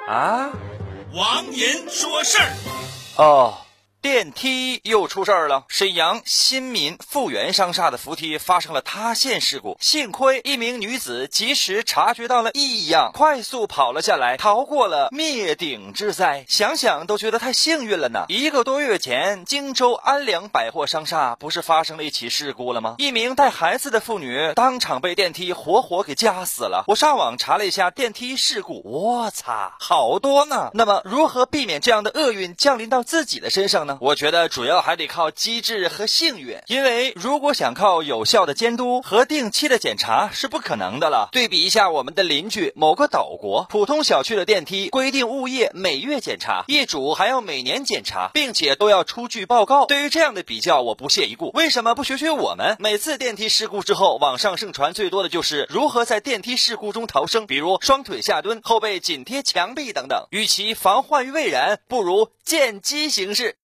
啊？ 王银说事儿。 哦，电梯又出事儿了。沈阳新民富源商厦的扶梯发生了塌陷事故，幸亏一名女子及时察觉到了异样，快速跑了下来，逃过了灭顶之灾。想想都觉得太幸运了呢。1个多月前，荆州安良百货商厦不是发生了一起事故了吗？一名带孩子的妇女当场被电梯活活给夹死了。我上网查了一下电梯事故，我擦，好多呢。那么如何避免这样的厄运降临到自己的身上呢？我觉得主要还得靠机智和幸运，因为如果想靠有效的监督和定期的检查是不可能的了。对比一下我们的邻居某个岛国，普通小区的电梯规定物业每月检查，业主还要每年检查，并且都要出具报告。对于这样的比较，我不屑一顾。为什么不学学我们？每次电梯事故之后，网上盛传最多的就是如何在电梯事故中逃生，比如双腿下蹲、后背紧贴墙壁等等。与其防患于未然，不如见机行事。